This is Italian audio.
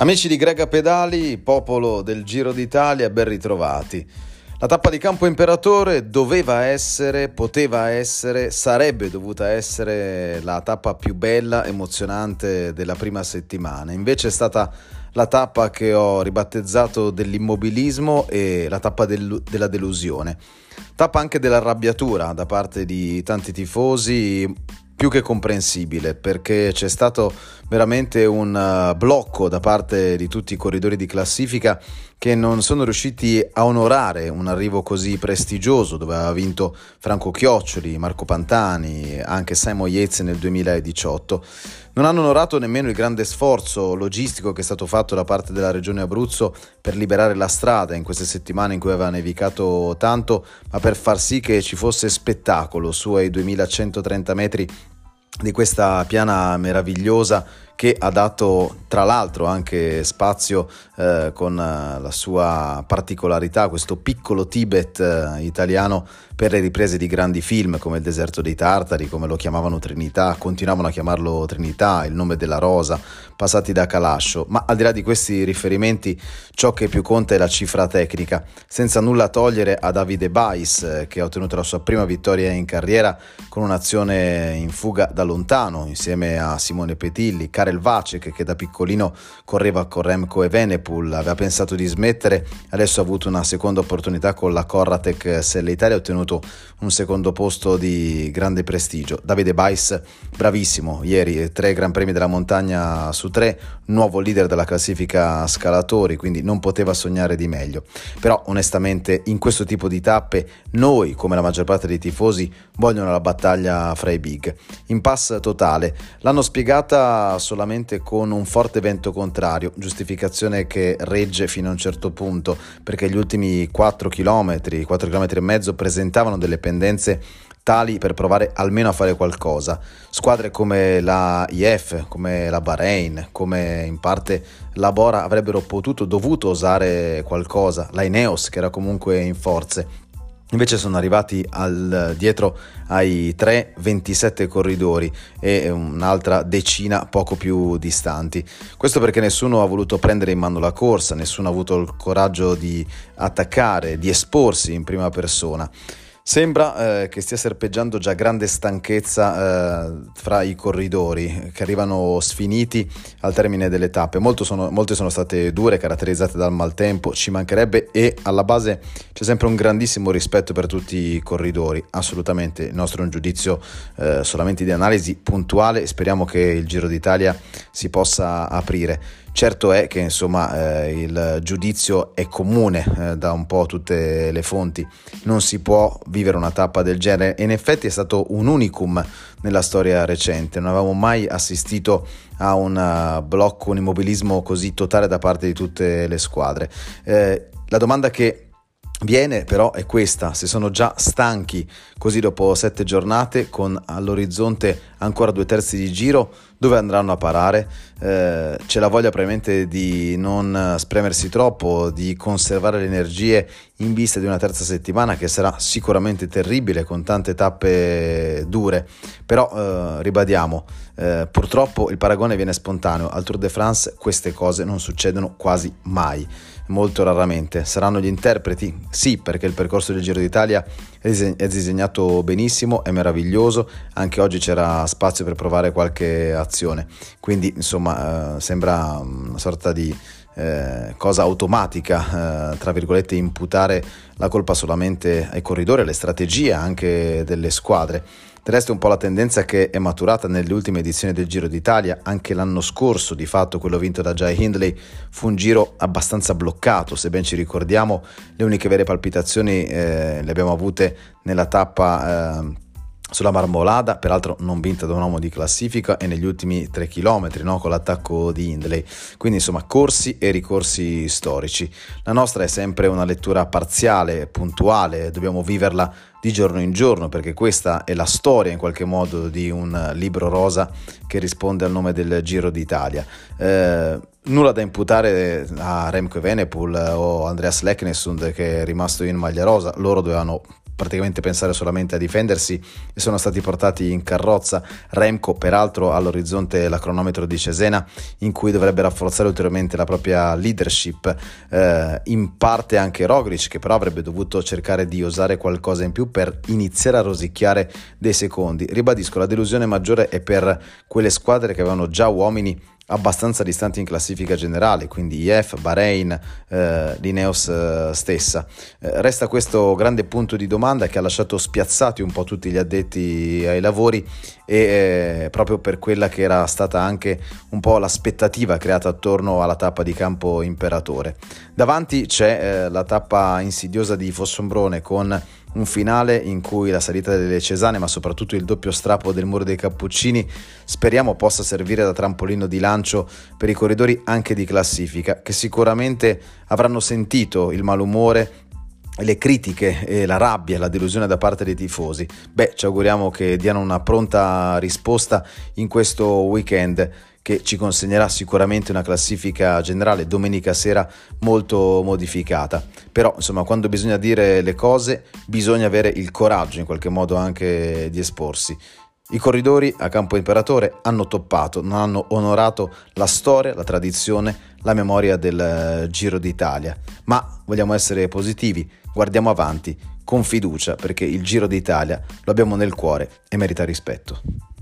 Amici di Grega Pedali, popolo del Giro d'Italia, ben ritrovati. La tappa di Campo Imperatore doveva essere, poteva essere, sarebbe dovuta essere la tappa più bella, emozionante della prima settimana. Invece è stata la tappa che ho ribattezzato dell'immobilismo e la tappa della delusione. Tappa anche dell'arrabbiatura da parte di tanti tifosi, più che comprensibile, perché c'è stato veramente un blocco da parte di tutti i corridori di classifica che non sono riusciti a onorare un arrivo così prestigioso, dove aveva vinto Franco Chioccioli, Marco Pantani, anche Simon Yates nel 2018. Non hanno onorato nemmeno il grande sforzo logistico che è stato fatto da parte della Regione Abruzzo per liberare la strada in queste settimane in cui aveva nevicato tanto, ma per far sì che ci fosse spettacolo su ai 2130 metri di questa piana meravigliosa che ha dato tra l'altro anche spazio con la sua particolarità, questo piccolo Tibet italiano per le riprese di grandi film come Il deserto dei Tartari, come lo chiamavano Trinità, continuavano a chiamarlo Trinità, Il nome della rosa, passati da Calascio. Ma al di là di questi riferimenti, ciò che più conta è la cifra tecnica, senza nulla togliere a Davide Bais, che ha ottenuto la sua prima vittoria in carriera con un'azione in fuga da lontano insieme a Simone Petilli. Karel Vacek, che da piccolino correva con Remco Evenepoel, aveva pensato di smettere, adesso ha avuto una seconda opportunità con la Corratec Selle Italia, ha ottenuto un secondo posto di grande prestigio. Davide Bais bravissimo, ieri 3 Gran Premi della montagna su 3, nuovo leader della classifica scalatori, quindi non poteva sognare di meglio. Però onestamente in questo tipo di tappe noi, come la maggior parte dei tifosi, vogliono la battaglia fra i big. Impasse totale, l'hanno spiegata solamente con un forte vento contrario, giustificazione che regge fino a un certo punto, perché gli ultimi 4 km e mezzo presentavano delle pendenze tali per provare almeno a fare qualcosa. Squadre come la IF, come la Bahrain, come in parte la Bora avrebbero dovuto osare qualcosa, la Ineos che era comunque in forze. Invece sono arrivati dietro ai 27 corridori e un'altra decina poco più distanti. Questo perché nessuno ha voluto prendere in mano la corsa, nessuno ha avuto il coraggio di attaccare, di esporsi in prima persona. Sembra che stia serpeggiando già grande stanchezza fra i corridori che arrivano sfiniti al termine delle tappe. Molte sono state dure, caratterizzate dal maltempo, ci mancherebbe, e alla base c'è sempre un grandissimo rispetto per tutti i corridori. Assolutamente, il nostro è un giudizio solamente di analisi puntuale e speriamo che il Giro d'Italia si possa aprire. Certo è che il giudizio è comune da un po' tutte le fonti, non si può vivere una tappa del genere e in effetti è stato un unicum nella storia recente, non avevamo mai assistito a un blocco, un immobilismo così totale da parte di tutte le squadre. La domanda che viene però è questa: se sono già stanchi così dopo 7 giornate con all'orizzonte ancora 2/3 di giro, dove andranno a parare? C'è la voglia probabilmente di non spremersi troppo, di conservare le energie in vista di una terza settimana che sarà sicuramente terribile con tante tappe dure, però ribadiamo, purtroppo il paragone viene spontaneo. Al Tour de France queste cose non succedono quasi mai, molto raramente. Saranno gli interpreti? Sì, perché il percorso del Giro d'Italia è disegnato benissimo, è meraviglioso, anche oggi c'era spazio per provare qualche azione, quindi sembra una sorta di cosa automatica, tra virgolette, imputare la colpa solamente ai corridori, alle strategie anche delle squadre. Del resto è un po' la tendenza che è maturata nelle ultime edizioni del Giro d'Italia. Anche l'anno scorso, di fatto, quello vinto da Jai Hindley fu un giro abbastanza bloccato. Se ben ci ricordiamo, le uniche vere palpitazioni le abbiamo avute nella tappa sulla Marmolada, peraltro non vinta da un uomo di classifica, e negli ultimi 3 chilometri, con l'attacco di Hindley. Quindi corsi e ricorsi storici. La nostra è sempre una lettura parziale, puntuale, dobbiamo viverla di giorno in giorno, perché questa è la storia in qualche modo di un libro rosa che risponde al nome del Giro d'Italia. Nulla da imputare a Remco Evenepoel o Andreas Leknesund, che è rimasto in maglia rosa. Loro dovevano praticamente pensare solamente a difendersi e sono stati portati in carrozza. Remco peraltro all'orizzonte la cronometro di Cesena, in cui dovrebbe rafforzare ulteriormente la propria leadership, in parte anche Roglic, che però avrebbe dovuto cercare di osare qualcosa in più per iniziare a rosicchiare dei secondi. Ribadisco, la delusione maggiore è per quelle squadre che avevano già uomini abbastanza distanti in classifica generale, quindi IF, Bahrain, l'Ineos stessa. Resta questo grande punto di domanda che ha lasciato spiazzati un po' tutti gli addetti ai lavori, e proprio per quella che era stata anche un po' l'aspettativa creata attorno alla tappa di Campo Imperatore. Davanti c'è la tappa insidiosa di Fossombrone, con un finale in cui la salita delle Cesane, ma soprattutto il doppio strappo del Muro dei Cappuccini, speriamo possa servire da trampolino di lancio per i corridori anche di classifica, che sicuramente avranno sentito il malumore, le critiche e la rabbia e la delusione da parte dei tifosi. Ci auguriamo che diano una pronta risposta in questo weekend, che ci consegnerà sicuramente una classifica generale domenica sera molto modificata. Però insomma, quando bisogna dire le cose bisogna avere il coraggio in qualche modo anche di esporsi. I corridori a Campo Imperatore hanno toppato, non hanno onorato la storia, la tradizione, la memoria del Giro d'Italia, ma vogliamo essere positivi, guardiamo avanti con fiducia, perché il Giro d'Italia lo abbiamo nel cuore e merita rispetto.